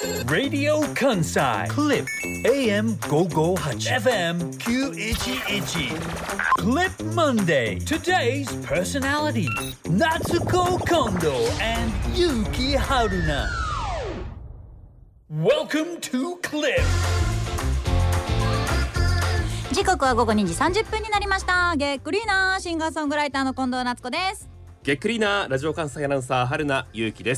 Radio Kansai Clip AM 558 FM 911 Clip Monday. Today's personality Natsuko Kondo and Yuki Haruna. Welcome to Clip. 時刻は午後2時30分になりました。げっくりなシンガーソングライターの近藤夏子です。 げっくりなラジオ関西アナウンサー春名優希です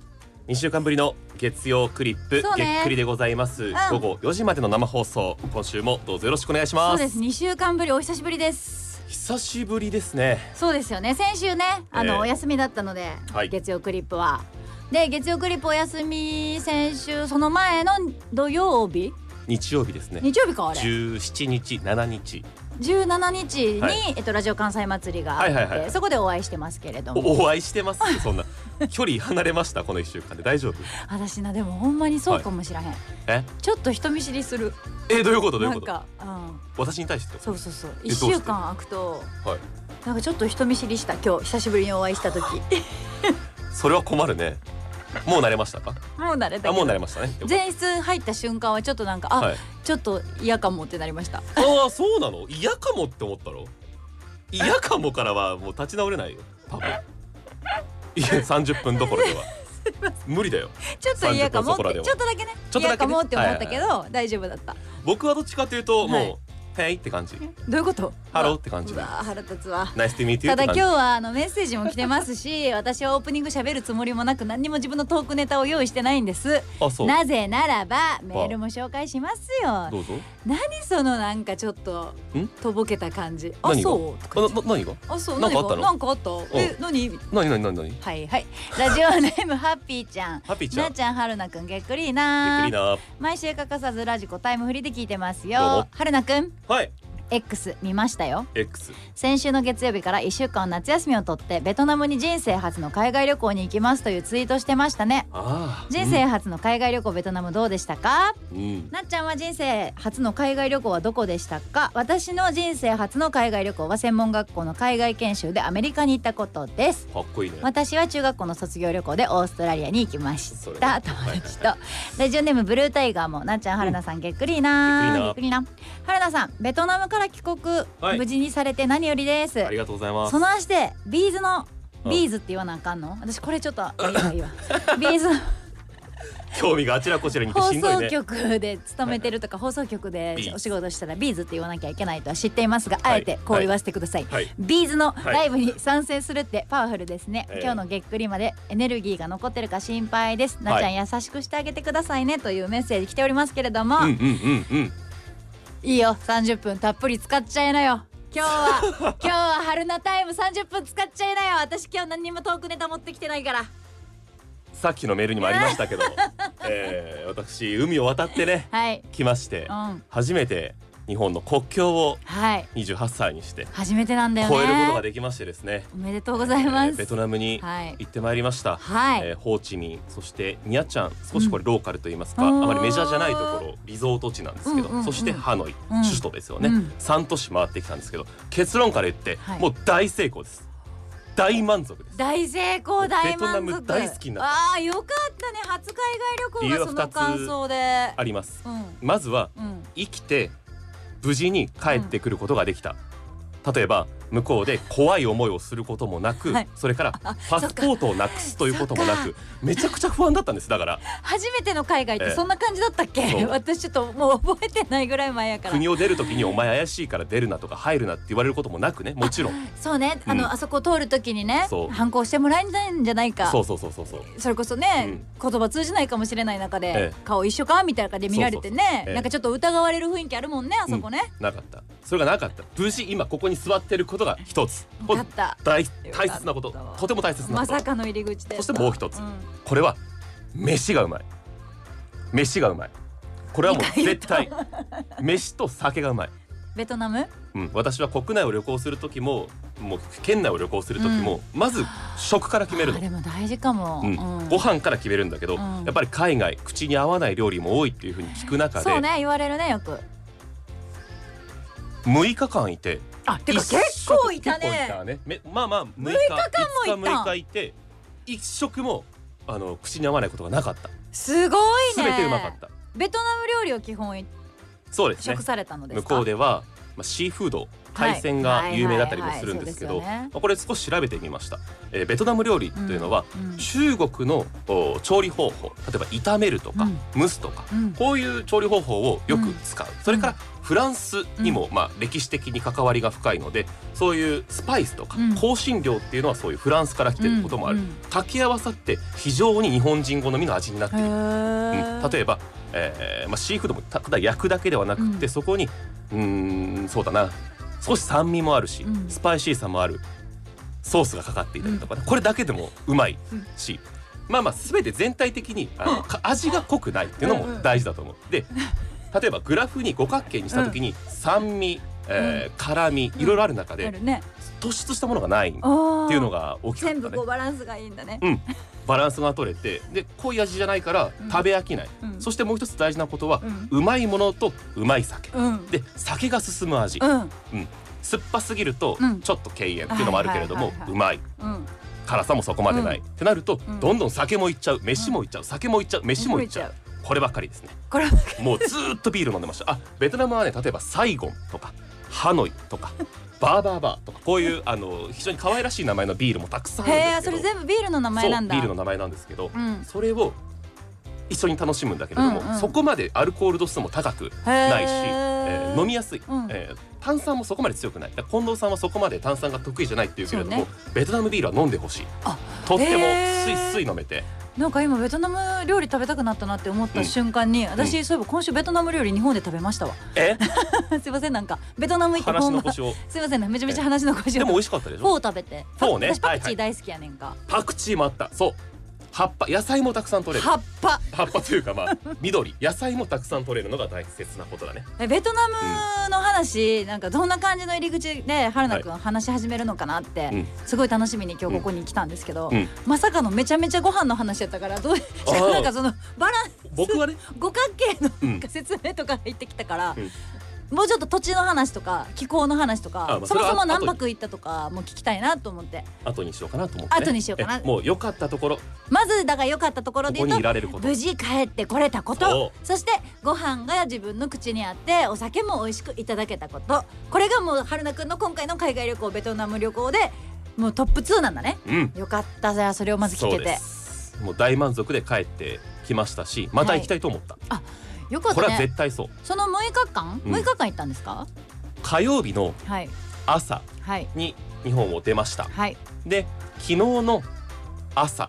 。2週間ぶりの月曜クリップ、げっくりでございます、午後4時までの生放送、今週もどうぞよろしくお願いします。 そうです、2週間ぶり、お久しぶりです。 久しぶりですね。 そうですよね、先週ねお休みだったので、 はい、 月曜クリップはで、月曜クリップお休み、先週その前の土曜日、 日曜日ですね。 日曜日か、あれ 17日7日 17日に、 はい、 ラジオ関西祭りがあって、そこでお会いしてますけれども。 お会いしてますそんな距離離れましたこの1週間で。大丈夫？ 私な、でもほんまにそうかもしらへん、はい、ちょっと人見知りする。 どういうこと？どういうこと？ なんか、 私に対して？ そうそうそう、1週間空くと、 はい、 なんかちょっと人見知りした。今日久しぶりにお会いした時それは困るね。もう慣れましたか？ もう慣れたけど。 もう慣れましたね。 前室入った瞬間はちょっとなんか、はい、ちょっと嫌かもってなりました。 ああ、そうなの？嫌かもって思ったろ？嫌かもからはもう立ち直れないよ多分。いや、30分どころでは無理だよ。ちょっと嫌かもって、ちょっとだけね、嫌かもって思ったけど、大丈夫だった。 僕はどっちかというと、もうHey って感じ。 どういうこと？ ハローって感じ。 腹立つわ。 Nice to meet you ただ今日はメッセージも来てますし私はオープニング喋るつもりもなく、何にも自分のトークネタを用意してないんです。なぜならばメールも紹介しますよ。 どうぞ。 何そのなんかちょっととぼけた感じ。あ、そう。 何が？ あ、そう。 何かあったの？ なんかあった？何？はいはい。ラジオネームハッピーちゃん。 ハッピーちゃん。 なちゃん、はるなくん、げっくりーな。毎週欠かさずラジコタイムフリーで聞いてますよ。はるなくん。 はい。 X 見ましたよ。 X 先週の月曜日から1週間夏休みを取ってベトナムに人生初の海外旅行に行きますというツイートしてましたね。人生初の海外旅行、ベトナムどうでしたか？なっちゃんは人生初の海外旅行はどこでしたか？私の人生初の海外旅行は専門学校の海外研修でアメリカに行ったことです。 かっこいいね。 私は中学校の卒業旅行でオーストラリアに行きました。友達と。ラジオネームブルータイガーも、なっちゃん、はるなさん、げっくりーな。げっくりーな。はるなさん、ベトナムから帰国、無事にされて何よりです。 ありがとうございます。 その足でビーズのビーズって言わなあかんの？私これちょっといいわビーズ興味があちらこちらに行ってしんどいね。 放送局で勤めてるとか、放送局でお仕事したらビーズって言わなきゃいけないとは知っていますが、あえてこう言わせてください。ビーズのライブに参戦するってパワフルですね。今日のげっくりまでエネルギーが残ってるか心配です。なっちゃん、優しくしてあげてくださいねというメッセージ来ておりますけれども、いいよ、30分たっぷり使っちゃいなよ。今日は春菜タイム30分使っちゃいなよ。私今日何にもトークネタ持ってきてないから。 さっきのメールにもありましたけど私海を渡ってね、来まして、初めて日本の国境を28歳にして初めてなんだよね、 越えることができましてですね。 おめでとうございます。 ベトナムに行ってまいりました。ホーチミン、そしてニャチャン、少しこれローカルといいますか、あまりメジャーじゃないところ、リゾート地なんですけど、そしてハノイ、首都ですよね。3都市回ってきたんですけど、結論から言ってもう大成功です。大満足です。 大成功、大満足。ベトナム大好きになった。 ああ、よかったね。初海外旅行がその感想であります。まずは生きて無事に帰ってくることができた。例えば向こうで怖い思いをすることもなく、それからパスポートをなくすということもなく、めちゃくちゃ不安だったんです。だから初めての海外ってそんな感じだったっけ？私ちょっともう覚えてないぐらい前やから。国を出るときにお前怪しいから出るなとか入るなって言われることもなくね、もちろん。 そうね、あそこ通るときにね、反抗してもらえないんじゃないか。 そうそれこそね、言葉通じないかもしれない中で顔一緒かみたいな感じで見られてね、なんかちょっと疑われる雰囲気あるもんね、あそこね。 なかった。それがなかった。無事今ここに座ってることが一つ、大切なこと、とても大切なこと。 まさかの入り口で。 そしてもう一つ、これは飯がうまい。飯がうまい。これはもう絶対飯と酒がうまい。 ベトナム？ 私は国内を旅行する時も、もう県内を旅行する時も、まず食から決めるの。 でも大事かも。 ご飯から決めるんだけど、やっぱり海外口に合わない料理も多いっていう風に聞く中で、 そうね、言われるね、よく。 6日間いて、 てか結構いたね。 まあまあ6日間もいた。6日いて1食も口に合わないことがなかった。 すごいね。 全てうまかった。 ベトナム料理を基本そうですね。 食されたのですか？ 向こうではシーフード、海鮮が有名だったりもするんですけど、これ少し調べてみました。ベトナム料理というのは、中国の調理方法、例えば炒めるとか、蒸すとか、こういう調理方法をよく使う。それからフランスにも歴史的に関わりが深いので、そういうスパイスとか香辛料っていうのはそういうフランスから来てることもある。掛け合わさって非常に日本人好みの味になっている。例えばシーフードもただ焼くだけではなくて、そこにそうだな、少し酸味もあるし、スパイシーさもあるソースがかかっていたりとかね、これだけでもうまいし、全て全体的に味が濃くないっていうのも大事だと思う。で、例えばグラフに五角形にした時に酸味、辛味いろいろある中で突出したものがないっていうのが大きかったね。 全部こうバランスがいいんだね。 バランスが取れて、で濃い味じゃないから食べ飽きない。そしてもう一つ大事なことは、うまいものとうまい酒、で酒が進む味。酸っぱすぎるとちょっと敬遠っていうのもあるけれども、うまい。辛さもそこまでないってなると、どんどん酒もいっちゃう、飯もいっちゃう、酒もいっちゃう、飯もいっちゃう。こればっかりですね。もうずっとビール飲んでました。ベトナムはね、例えばサイゴンとかハノイとかバーバーバーとか、こういう非常に可愛らしい名前のビールもたくさんあるんですけど、 それ全部ビールの名前なんだ。 そう、ビールの名前なんですけど、それを一緒に楽しむんだけれども、そこまでアルコール度数も高くないし、飲みやすい、炭酸もそこまで強くない。近藤さんはそこまで炭酸が得意じゃないっていうけれども、ベトナムビールは飲んでほしい。とってもスイスイ飲めて、 なんか今ベトナム料理食べたくなったなって思った瞬間に、私そういえば今週ベトナム料理日本で食べましたわ。すいません、なんかベトナム行って話の腰をすいませんね、めちゃめちゃ話の腰を。 でも美味しかったでしょ。 フォー食べて。 フォーね。 私パクチー大好きやねんか。 パクチーもあった。そう、葉っぱ、野菜もたくさん取れる。葉っぱというか緑、野菜もたくさん取れるのが大切なことだね。 ベトナムの話、なんかどんな感じの入り口で春菜くん話し始めるのかなってすごい楽しみに今日ここに来たんですけど、まさかのめちゃめちゃご飯の話やったから、どうなんかそのバランス、 僕はね五角形の説明とか入ってきたから、もうちょっと土地の話とか気候の話とか、そもそも何泊行ったとかも聞きたいなと思って。 後にしようかなと思って。 後にしようかな。 もう良かったところ、 まずだから良かったところで言うと、無事帰ってこれたこと、そしてご飯が自分の口にあってお酒も美味しくいただけたこと、これがもう春菜くんの今回の海外旅行、ベトナム旅行でもうトップ2なんだね。よかったぜ、それをまず聞けて。 もう大満足で帰ってきましたし、また行きたいと思った。 よかったね。 これは絶対そう。 その6日間行ったんですか？ 火曜日の朝に日本を出ました。で、昨日の朝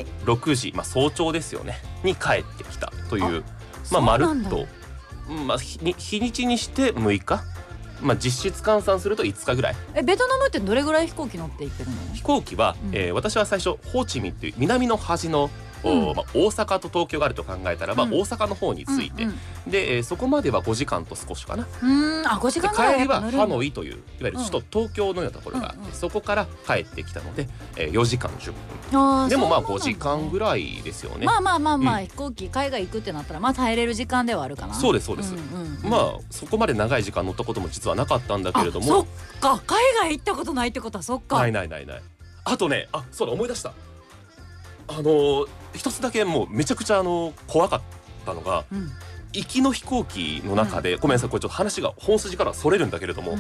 6時、早朝ですよね、に帰ってきたという、まるっと、日にちにして6日、実質換算すると5日ぐらい。 ベトナムってどれぐらい飛行機乗って行ってるの？ 飛行機は、私は最初ホーチミンっていう南の端の大阪と東京があると考えたらば、大阪の方に着いて、でそこまでは5時間と少しかな。 5時間ぐらい。 帰りはハノイといういわゆる首都東京のようなところがあって、そこから帰ってきたので4時間10分。でも5時間ぐらいですよね。 飛行機海外行くってなったら耐えれる時間ではあるかな。 そうですそうです。そこまで長い時間乗ったことも実はなかったんだけれども。 そっか、海外行ったことないってことはそっか。 ない。あとね、そうだ、思い出した。一つだけもうめちゃくちゃ怖かったのが、行きの飛行機の中で、ごめんなさい、これちょっと話が本筋からそれるんだけれども、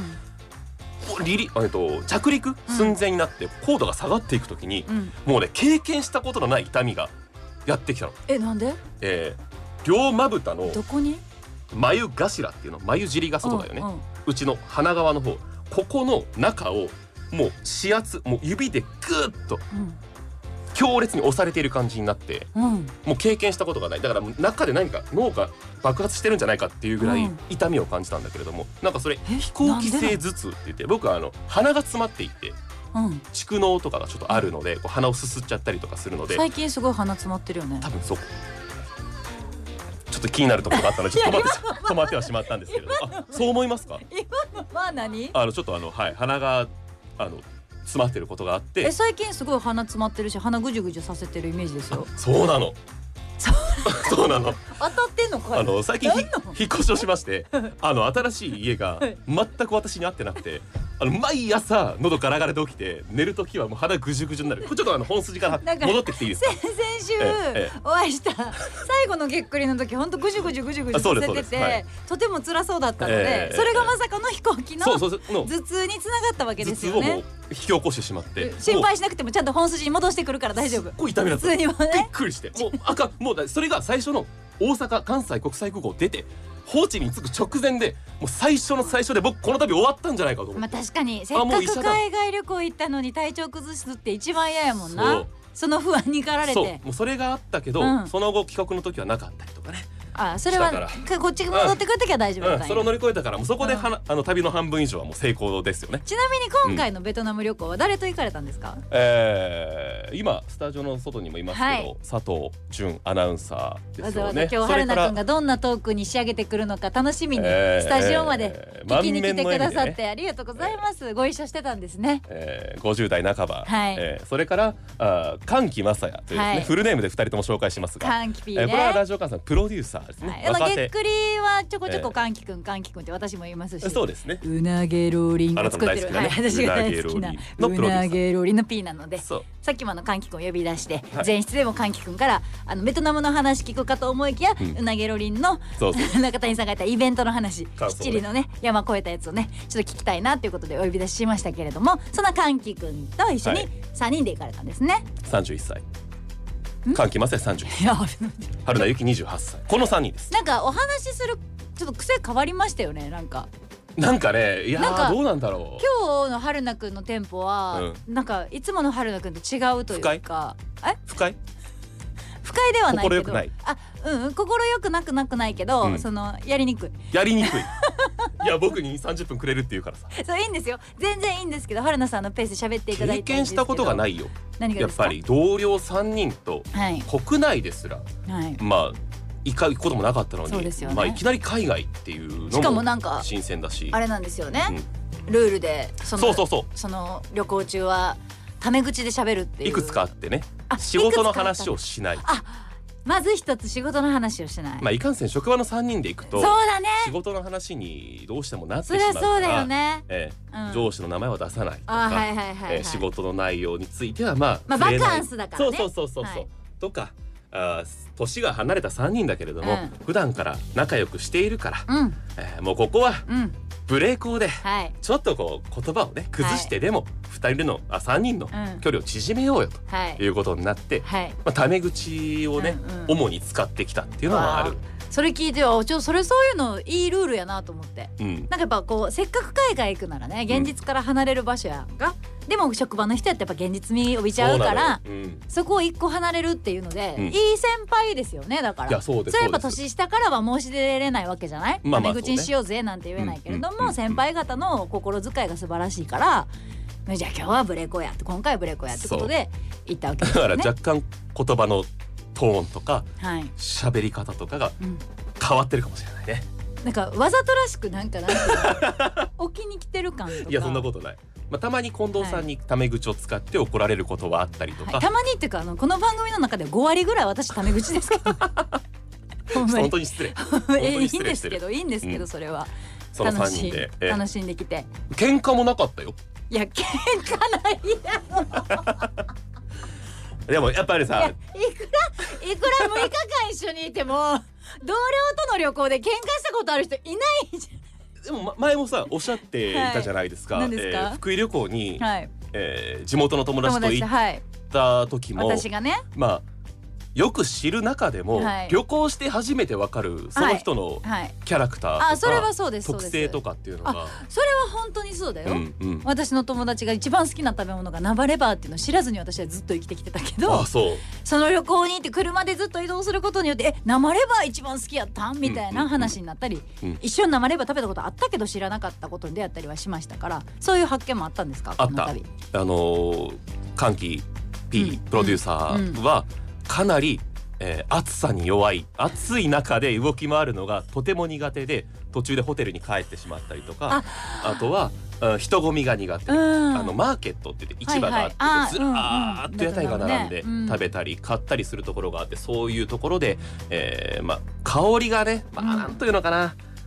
着陸寸前になって高度が下がっていくときに、もうね、経験したことのない痛みがやってきたの。 なんで？ 両まぶたのどこに？ 眉頭っていうの、眉尻が外だよね。うちの鼻側の方、ここの中をもう指圧、もう指でグッと強烈に押されている感じになって、もう経験したことがない。だから中で何か脳が爆発してるんじゃないかっていうぐらい痛みを感じたんだけれども、なんかそれ飛行機性頭痛って言って、僕は鼻が詰まっていて、蓄膿とかがちょっとあるので、鼻をすすっちゃったりとかするので。 最近すごい鼻詰まってるよね。 多分そう。ちょっと気になるところがあったので止まってはしまったんですけれど、そう思いますか？ 今のは何？ ちょっと鼻が詰まってることがあって。 最近すごい鼻詰まってるし、鼻ぐじゅぐじゅさせてるイメージですよ。 そうなの。そうなの。 当たってんのかい？ 最近引っ越しをしまして、新しい家が全く私に合ってなくて、 毎朝喉ガラガラで起きて寝るときはもう肌ぐじゅぐじゅになる。ちょっと本筋から戻ってきていいですか。 先週お会いした最後のげっくりの時ほんとぐじゅぐじゅぐじゅぐじゅさせてて、とても辛そうだったので、それがまさかの飛行機の頭痛につながったわけですよね。 頭痛をもう引き起こしてしまって、 心配しなくてもちゃんと本筋に戻してくるから大丈夫。 すっごい痛みだった。 普通にもねびっくりして、もうもうそれが最初の大阪関西国際空港出てホーチミンに着く直前で、もう最初の最初で僕この旅終わったんじゃないかと思って。 まあ確かにせっかく海外旅行行ったのに体調崩すって一番嫌やもんな。その不安に駆られて。 もうそれがあったけど、その後帰国の時はなかったりとかね。 それはこっち戻ってくる時は大丈夫だったんや。 それを乗り越えたから、もうそこで旅の半分以上はもう成功ですよね。 ちなみに今回のベトナム旅行は誰と行かれたんですか？ 今スタジオの外にもいますけど、佐藤純アナウンサーですよね。 わざわざ今日春菜くんがどんなトークに仕上げてくるのか楽しみにスタジオまで聞きに来てくださってありがとうございます。ご一緒してたんですね。 50代半ば、それから歓喜正也というですね、フルネームで2人とも紹介しますが、 歓喜 P ね、 これはラジオ関西のプロデューサーですね。 げっくりはちょこちょこ歓喜くんって私も言いますし、 そうですね。 うなげローリンを作ってる、私が大好きなうなげローリンの P なので、さっきも歓喜くんを呼び出して前室でも歓喜くんからベトナムの話聞くかと思いきや、うなげローリンの中谷さんが言ったイベントの話、きっちりのね山越えたやつをねちょっと聞きたいなということでお呼び出ししましたけれども、その歓喜くんと一緒に3人で行かれたんですね。 31歳歓喜正也31歳、春菜由紀28歳、この3人です。 なんかお話しするちょっと癖変わりましたよね。なんかね、いやどうなんだろう。 今日の春菜くんのテンポは、なんかいつもの春菜くんと違うというか、 不快ではないけど、 心よくない、 心よくなくないけど、そのやりにくいいや僕に30分くれるって言うからさそういいんですよ、全然いいんですけど、春菜さんのペースで喋っていただいて経験したことがないよ。 何がですか？ やっぱり同僚3人と国内ですら、まあ行くこともなかったのに、いきなり海外っていうのも新鮮だし、 あれなんですよね、ルールでその旅行中はタメ口で喋るっていう、 いくつかあってね、仕事の話をしない。 まず一つ仕事の話をしない。 いかんせん職場の3人で行くと、 そうだね、 仕事の話にどうしてもなってしまうから、 そりゃそうだよね、 上司の名前は出さないとか、仕事の内容についてはバカンスだからね、 そうとか、年が離れた3人だけれども、普段から仲良くしているから、もうここはブレーコーでちょっとこう言葉をね崩してでも3人の距離を縮めようよということになって、タメ口をね主に使ってきたっていうのもある。 それ聞いてはそういうのいいルールやなと思って、なんかやっぱこうせっかく海外行くならね、現実から離れる場所やが、でも職場の人やってやっぱ現実味帯びちゃうから、そこを一個離れるっていうので、いい先輩ですよね。だからそれやっぱ年下からは申し出れないわけじゃない、タメ口にしようぜなんて言えないけれども、先輩方の心遣いが素晴らしいから、じゃあ今日はブレーコーやって、今回はブレーコーやってことで行ったわけですよね。 だから若干言葉のトーンとか喋り方とかが変わってるかもしれないね。 なんかわざとらしくなんか置きに来てる感とか。 いやそんなことない。たまに近藤さんにタメ口を使って怒られることはあったりとか、 たまにっていうかこの番組の中で5割ぐらい私タメ口ですけど本当に失礼いいんですけどそれはその3人で楽しんできて、 喧嘩もなかったよ。 いや喧嘩ないやろでもやっぱりさ、いくら6日間一緒にいても同僚との旅行で喧嘩したことある人いないじゃん。 でも前もさおっしゃっていたじゃないですか、福井旅行に、地元の友達と行った時も、 私がね、 よく知る中でも、旅行して初めてわかるその人のキャラクターとか特性とかっていうのが、 それは本当にそうだよ、私の友達が一番好きな食べ物が生レバーっていうのを知らずに私はずっと生きてきてたけど、その旅行に行って車でずっと移動することによって生レバー一番好きやったんみたいな話になったり、一緒に生レバー食べたことあったけど知らなかったことに出会ったりはしましたから、そういう発見もあったんですか？ あった。歓喜 P プロデューサーはかなり、暑さに弱い、暑い中で動き回るのがとても苦手で、途中でホテルに帰ってしまったりとか、あとは人混みが苦手、マーケットって言って市場があって、ずらーっと屋台が並んで食べたり買ったりするところがあって、そういうところで、香りがね、なんというのかな、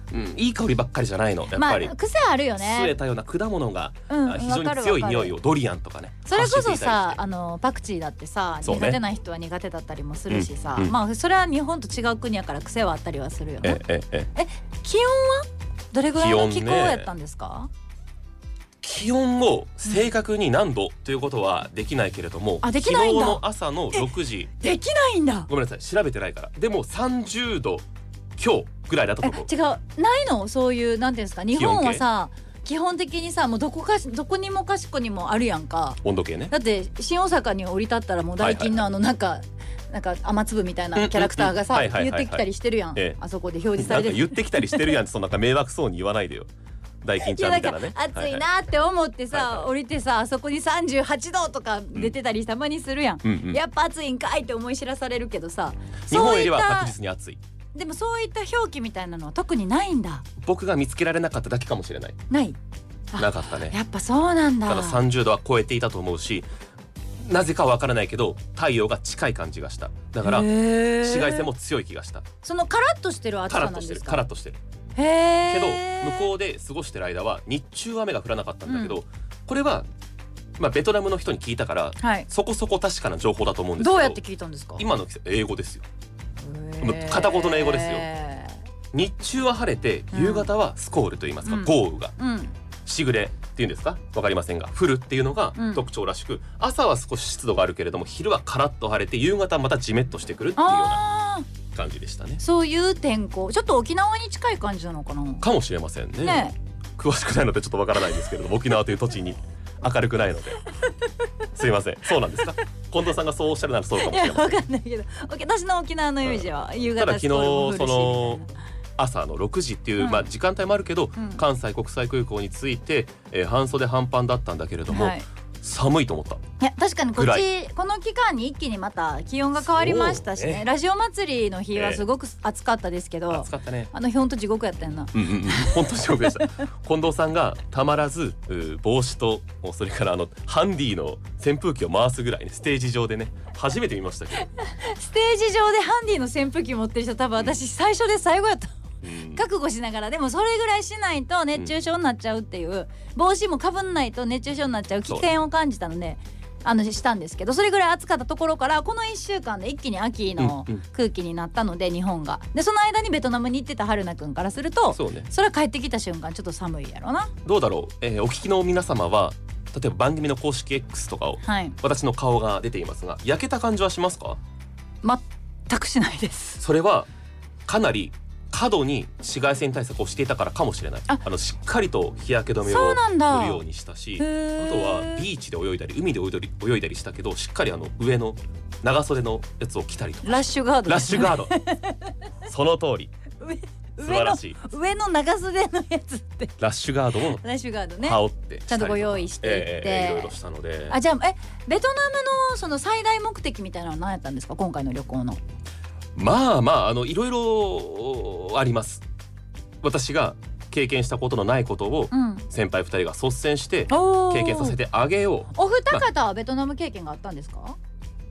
いい香りばっかりじゃないの、やっぱり、 癖あるよね。 据えたような果物が、非常に強い匂いを、ドリアンとかね。 それこそさ、パクチーだってさ、苦手な人は苦手だったりもするしさ、それは日本と違う国やから癖はあったりはするよね。気温はどれぐらいの気候やったんですか？ 気温を正確に何度ということはできないけれども、昨日の朝の6時できないんだ。 ごめんなさい、調べてないから。でも30度今日ぐらいだったと思う。 違う、ないの？そういうなんていうんですか、日本はさ基本的にさ、もうどこにもかしこにもあるやんか、 温度計ね。 だって新大阪に降り立ったらもうダイキンのなんか雨粒みたいなキャラクターがさ言ってきたりしてるやん、あそこで表示されてる。 言ってきたりしてるやんって、そんな迷惑そうに言わないでよ、大金ちゃんみたいなね。 暑いなって思ってさ、降りてさ、あそこに38度とか出てたりたまにするやん、やっぱ暑いんかいって思い知らされるけどさ、 日本よりは確実に暑い。 でもそういった表記みたいなのは特にないんだ。 僕が見つけられなかっただけかもしれない。なかったね。 やっぱそうなんだ。 ただ30度は超えていたと思うし、なぜかわからないけど太陽が近い感じがした。だから紫外線も強い気がした。 そのカラッとしてる暑さなんですか？ カラッとしてる。けど向こうで過ごしてる間は日中は雨が降らなかったんだけど、これはベトナムの人に聞いたから、そこそこ確かな情報だと思うんですけど。 どうやって聞いたんですか？ 今の季節英語ですよ。片言の英語ですよ。日中は晴れて夕方はスコールと言いますか、豪雨が、しぐれっていうんですか、わかりませんが降るっていうのが特徴らしく、朝は少し湿度があるけれども昼はカラッと晴れて夕方はまたジメッとしてくるっていうような感じでしたね。 そういう天候、ちょっと沖縄に近い感じなのかな。 かもしれません ね。詳しくないのでちょっとわからないですけれども、沖縄という土地に明るくないのですいません。そうなんですか？近藤さんがそうおっしゃるならそうかもしれません。 わかんないけど、私の沖縄のイメージは夕方スコールも降るし、 ただ昨日その朝の6時っていう時間帯もあるけど、関西国際空港に着いて、半袖半パンだったんだけれども、寒いと思った。 いや確かにこの期間に一気にまた気温が変わりましたしね。ラジオ祭りの日はすごく暑かったですけど、 暑かったね。 ほんと地獄やったよな。 本当地獄でした。近藤さんがたまらず帽子とそれからハンディの扇風機を回すぐらいね、ステージ上でね初めて見ましたけど。 ステージ上でハンディの扇風機持ってる人多分私最初で最後やった。覚悟しながら、でもそれぐらいしないと熱中症になっちゃうっていう、帽子もかぶんないと熱中症になっちゃう危険を感じたのでしたんですけど、それぐらい暑かったところからこの1週間で一気に秋の空気になったので、日本がでその間にベトナムに行ってた春菜くんからすると、それは帰ってきた瞬間ちょっと寒いやろな。 どうだろう、お聞きの皆様は例えば番組の公式 X とかを、私の顔が出ていますが焼けた感じはしますか？ 全くしないです。 それはかなり過度に紫外線対策をしていたからかもしれない。しっかりと日焼け止めを塗るようにしたし、あとはビーチで泳いだり海で泳いだりしたけど、しっかり上の長袖のやつを着たりとか。 ラッシュガード、 ラッシュガードその通り。素晴らしい。 上の長袖のやつってラッシュガードを羽織ってちゃんとご用意していて、 いろいろしたので。 じゃあベトナムのその最大目的みたいなのは何やったんですか、今回の旅行の？ いろいろあります。私が経験したことのないことを先輩2人が率先して経験させてあげよう。 お二方はベトナム経験があったんですか？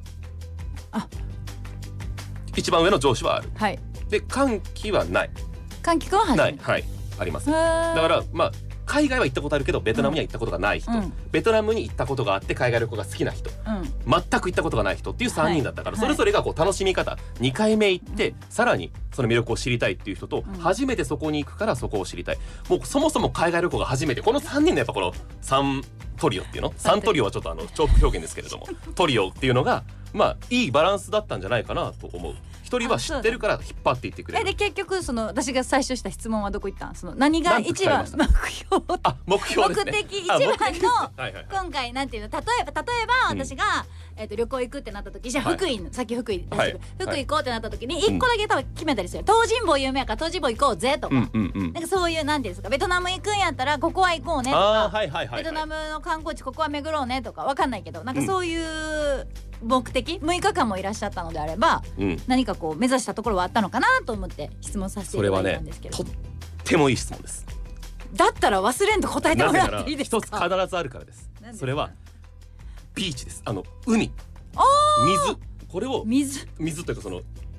一番上の上司はある。で寒気はない。 寒気は初めて。 あります。だから海外は行ったことあるけどベトナムには行ったことがない人、ベトナムに行ったことがあって海外旅行が好きな人、全く行ったことがない人っていう3人だったから、それぞれが楽しみ方、2回目行ってさらにその魅力を知りたいっていう人と、初めてそこに行くからそこを知りたい、もうそもそも海外旅行が初めて、この3人のやっぱこの3トリオっていうの、3トリオはちょっと重複表現ですけれどもトリオっていうのがいいバランスだったんじゃないかなと思う。一人は知ってるから引っ張っていってくれる。 で結局私が最初した質問はどこ行ったん？何が一番目的一番の今回なんていうの、例えば私が旅行行くってなった時、じゃあ福井さっき福井行こうってなった時に1個だけ多分決めたりする。東尋坊有名やから東尋坊行こうぜとか、なんかそういうなんていうんですか、ベトナム行くんやったらここは行こうねとか、ベトナムの観光地ここは巡ろうねとか、わかんないけどなんかそういう目的、6日間もいらっしゃったのであれば、何かこう目指したところはあったのかなと思って質問させていただいたんですけど。 それはね、とってもいい質問です。 だったら忘れんと答えてもらっていいですか？ 一つ必ずあるからです。それはビーチです。海、水、これを水というか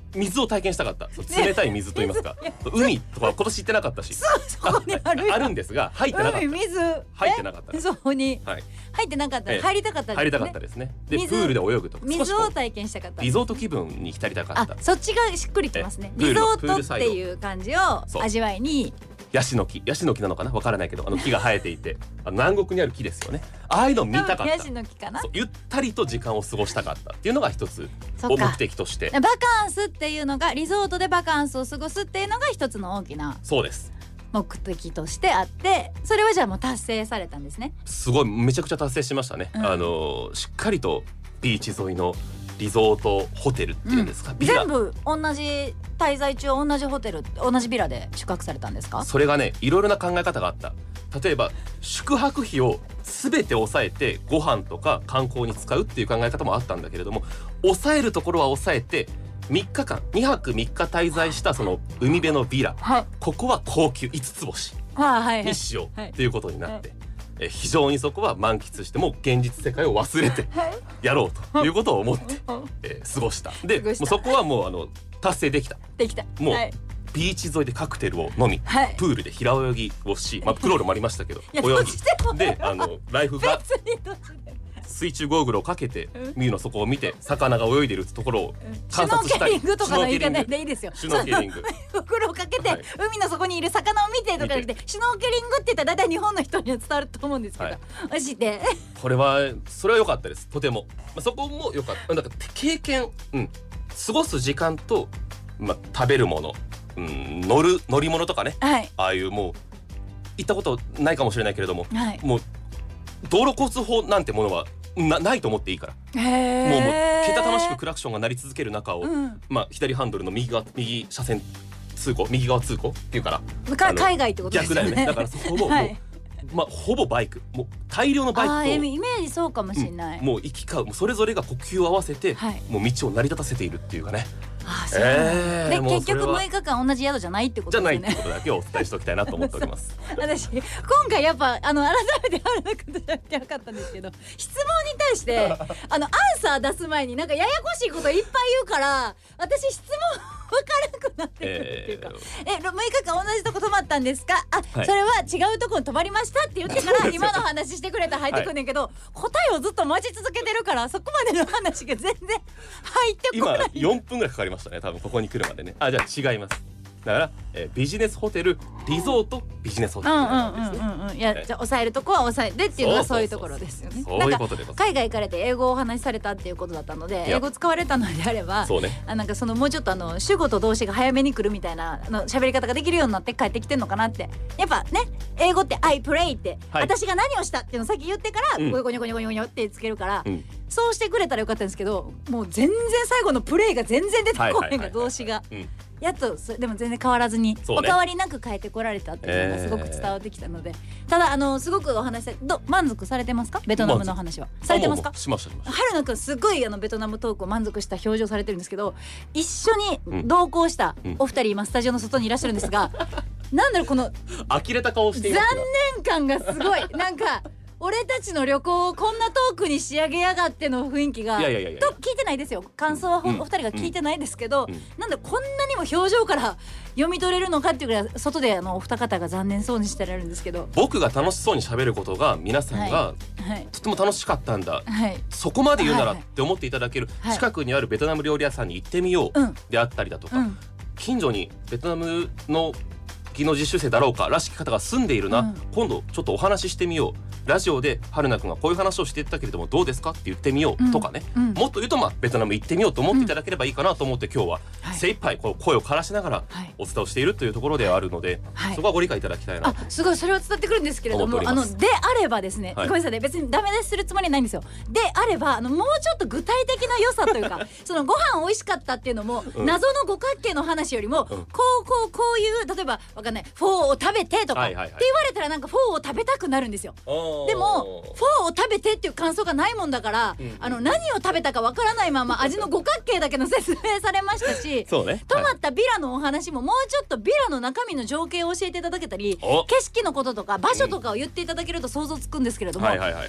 水を体験したかった。冷たい水と言いますか、海とか今年行ってなかったし、 そこにあるあるんですが入ってなかった。 水入ってなかった。 そこにはい、 入ってなかった。入りたかったですね。 入りたかったですね。でプールで泳ぐとか水を体験したかった。 リゾート気分に浸りたかった。 そっちがしっくりきますね。リゾートっていう感じを味わいに。ヤシの木なのかな、わからないけど木が生えていて南国にある木ですよね。ああいうの見たかった。 ヤシの木かな。 ゆったりと時間を過ごしたかったっていうのが一つ目的として。 バカンスっていうのがリゾートでバカンスを過ごすっていうのが一つの大きなそうです目的としてあって、それはじゃあもう達成されたんですね。 すごいめちゃくちゃ達成しましたね。しっかりとビーチ沿いのリゾートホテルっていうんですか、 全部同じ滞在中同じホテル同じビラで宿泊されたんですか？ それがねいろいろな考え方があった。例えば宿泊費を全て抑えてご飯とか観光に使うっていう考え方もあったんだけれども、抑えるところは抑えて3日間2泊3日滞在したその海辺のビラ、ここは高級5つ星にしようということになって、非常にそこは満喫してもう現実世界を忘れてやろうということを思って、過ごした。でもうそこはもう達成できた。もう、ビーチ沿いでカクテルを飲み、プールで平泳ぎをし、クロールもありましたけど泳ぎでライフが水中ゴーグルをかけて海の底を見て魚が泳いでるところを観察したり、 シュノーケリングとかの言い方でいいですよ。 シュノーケリング袋をかけて海の底にいる魚を見てとかじゃなくて、シュノーケリングって言ったら大体日本の人には伝わると思うんですけど、マジでそれは良かったです。とてもそこも良かった。なんか経験、過ごす時間と食べるもの、乗り物とかね、ああいうもう行ったことないかもしれないけれども、もう道路交通法なんてものはないと思っていいから、もうけたたましくクラクションが鳴り続ける中を、左ハンドルの右車線通行、右側通行っていうから海外ってことですよね。 逆だよね。だからそこもほぼバイク、もう大量のバイクとイメージそうかもしれない。 もう行き交う、それぞれが呼吸を合わせて、もう道を成り立たせているっていうかね。 で結局6日間同じ宿じゃないってことですよね。 じゃないってことだけをお伝えしておきたいなと思っております。 私今回やっぱ改めて春菜君とじゃなくて分かったんですけど、質問に対してアンサー出す前になんかややこしいこといっぱい言うから私質問分からなくなってくるっていうか、6日間同じとこ泊まったんですか？それは違うとこに泊まりましたって言ってから今の話してくれたら入ってくんねんけど、答えをずっと待ち続けてるからそこまでの話が全然入ってこない。 今4分ぐらいかかりましたね、多分ここに来るまでね。じゃあ違います。だから、ビジネスホテルリゾートビジネスホテルなんですね。 いやじゃあ抑えるとこは抑えてっていうのはそういうところですよね。 そういうことでございます。 海外行かれて英語をお話しされたっていうことだったので、英語使われたのであれば、なんかもうちょっと主語と動詞が早めに来るみたいな喋り方ができるようになって帰ってきてんのかなって。やっぱね英語って I play って、私が何をしたっていうのを先言ってからゴニョゴニョゴニョゴニョってつけるから、そうしてくれたらよかったんですけど、もう全然最後のプレイが全然出てこないが動詞が。やっとでも全然変わらずに、お変わりなく変えてこられたっていうのがすごく伝わってきたので、ただすごくお話し満足されてますか？ベトナムの話はされてますか？ しました。 春菜くんすごいベトナムトークを満足した表情されてるんですけど、一緒に同行したお二人今スタジオの外にいらっしゃるんですが、なんだろうこの呆れた顔していますが残念感がすごいなんか俺たちの旅行をこんなトークに仕上げやがっての雰囲気がと聞いてないですよ。感想はお二人が聞いてないですけど、なんでこんなにも表情から読み取れるのかっていうぐらい外でお二方が残念そうにしてられるんですけど、 僕が楽しそうに喋ることが皆さんがとても楽しかったんだ、そこまで言うならって思っていただける近くにあるベトナム料理屋さんに行ってみようであったりだとか、近所にベトナムの技能実習生だろうからしき方が住んでいるな、今度ちょっとお話ししてみよう、ラジオで春菜くんがこういう話をしていったけれどもどうですかって言ってみようとかね、もっと言うとベトナム行ってみようと思っていただければいいかなと思って今日は精一杯声を枯らしながらお伝えをしているというところではあるので、そこはご理解いただきたいな。 すごいそれは伝わってくるんですけれども、であればですね、ごめんなさいね、別にダメ出しするつもりないんですよ。であればもうちょっと具体的な良さというかご飯美味しかったっていうのも、謎の五角形の話よりも、こういう例えばわかんないフォーを食べてとかって言われたらなんかフォーを食べたくなるんですよ。でもフォーを食べてっていう感想がないもんだから、何を食べたかわからないまま味の五角形だけの説明されましたし、泊まったビラのお話ももうちょっとビラの中身の情景を教えていただけたり、景色のこととか場所とかを言っていただけると想像つくんですけれども、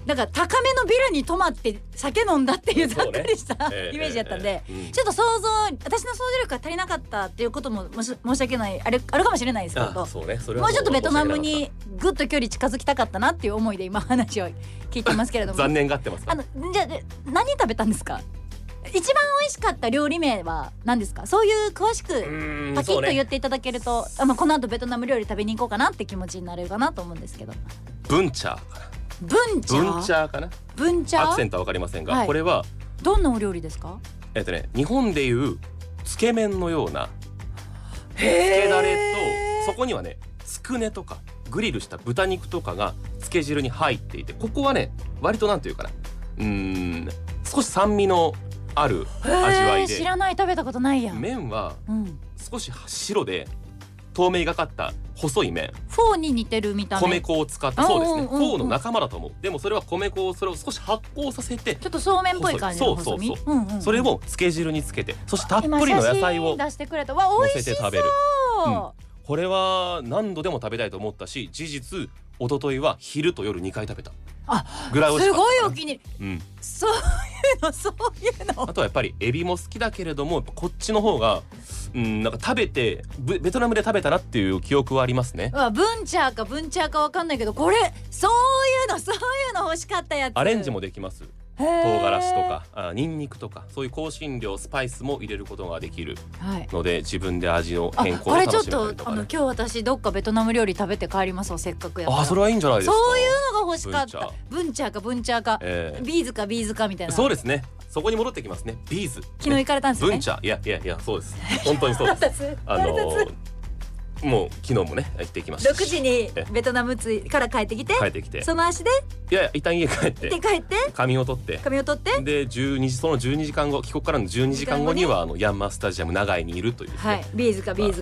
だから高めのビルに泊まって酒飲んだっていうざっくりしたイメージやったんで、ちょっと想像、私の想像力が足りなかったっていうことも申し訳ない、あるかもしれないですけど、 そうね、それはもうちょっとベトナムにぐっと距離近づきたかったなっていう思いで今話を聞いてますけれども残念がってますか。 じゃあ何食べたんですか？一番美味しかった料理名は何ですか？そういう詳しくパキッと言っていただけると、この後ベトナム料理食べに行こうかなって気持ちになれるかなと思うんですけど。 ブンチャーかな。 ブンチャーかな。 ブンチャー、 アクセントは分かりませんが、 はい、 これはどんなお料理ですか？ 日本でいうつけ麺のようなつけだれと、そこにはねつくねとかグリルした豚肉とかがつけ汁に入っていて、ここはね割となんていうかな、少し酸味のある味わいで、 知らない、食べたことないや。 麺は少し白で透明がかった細い麺、 フォーに似てる見た目、 米粉を使った、そうですね、フォーの仲間だと思う。でもそれは米粉をそれを少し発酵させて、 ちょっとそうめんっぽい感じの細身、 それをつけ汁につけて、そしてたっぷりの野菜を出してくれた。わ、美味しそう。 食べる、これは何度でも食べたいと思ったし、事実一昨日は昼と夜2回食べたぐらい美味しかった。 すごいお気に入り、そういうのあとはやっぱりエビも好きだけれども、こっちの方がなんか食べてベトナムで食べたなっていう記憶はありますね。 ブンチャーか分かんないけど、これそういうの欲しかったやつ。 アレンジもできます。唐辛子とかニンニクとか、そういう香辛料スパイスも入れることができるので、自分で味の変更を楽しめたりとか、ね、 これちょっと今日私どっかベトナム料理食べて帰りますわ、せっかくやったら。 それはいいんじゃないですか。 そういうのが欲しかった。ブンチャーか、ビーズかみたいな。 そうですね、そこに戻ってきますね。ビーズ、 昨日行かれたんですよね。 ブンチャー、いやそうです、本当にそうですもう昨日もね行ってきました。 6時にベトナムから帰ってきて、その足で一旦家帰って仮眠を取ってでその12時間後、帰国からの12時間後にはヤンマースタジアム長井にいるというですね、 ビーズかに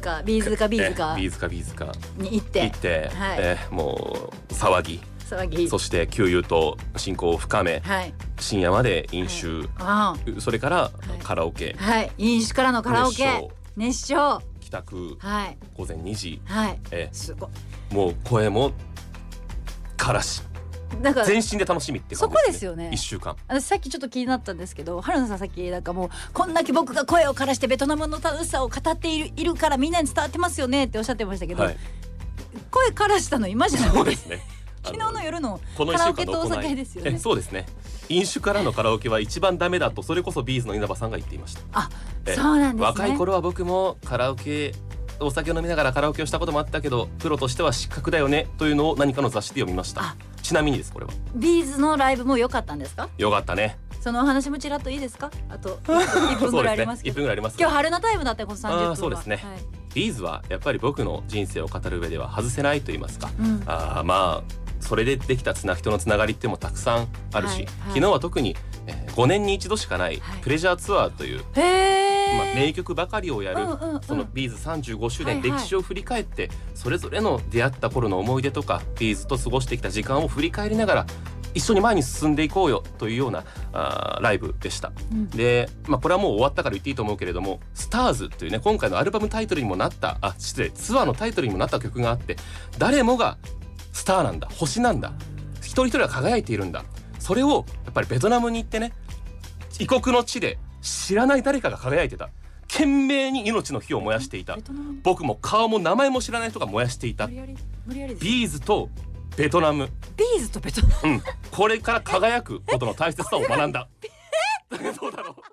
行ってもう騒ぎ、そして給油と親交を深め、深夜まで飲酒、それからカラオケ、 飲酒からのカラオケ熱唱、 帰宅、午前2時、 すごい、 もう声もからし、全身で楽しみって感じですね。そこですよね。1週間。 私さっきちょっと気になったんですけど、春菜さんさっきなんかもうこんだけ僕が声をからしてベトナムの楽しさを語っているからみんなに伝わってますよねっておっしゃってましたけど、声からしたの今じゃない。 そうですね。 昨日の夜のカラオケとお酒ですよね。 そうですね。飲酒からのカラオケは一番ダメだと、それこそビーズの稲葉さんが言っていました。 そうなんですね。 若い頃は僕もカラオケ、お酒飲みながらカラオケをしたこともあったけど、プロとしては失格だよねというのを何かの雑誌で読みました。ちなみにです、これはビーズのライブも良かったんですか？ 良かったね。 そのお話もちらっといいですか？あと1分ぐらいありますけど。 1分ぐらいあります。 今日春のタイムだったこの30分は。 そうですね。ビーズはやっぱり僕の人生を語る上では外せないと言いますか、それでできた人のつながりってもたくさんあるし、昨日は特に5年に一度しかないプレジャーツアーという、名曲ばかりをやる、そのビーズ35周年歴史を振り返って、それぞれの出会った頃の思い出とかビーズと過ごしてきた時間を振り返りながら一緒に前に進んでいこうよというようなライブでした。で、これはもう終わったから言っていいと思うけれども、スターズというね、今回のアルバムタイトルにもなったツアーのタイトルにもなった曲があって、誰もがスターなんだ、星なんだ、一人一人が輝いているんだ、それをやっぱりベトナムに行ってね、異国の地で知らない誰かが輝いてた、懸命に命の火を燃やしていた、僕も顔も名前も知らない人が燃やしていた、ビーズとベトナム、これから輝くことの大切さを学んだ。どうだろう。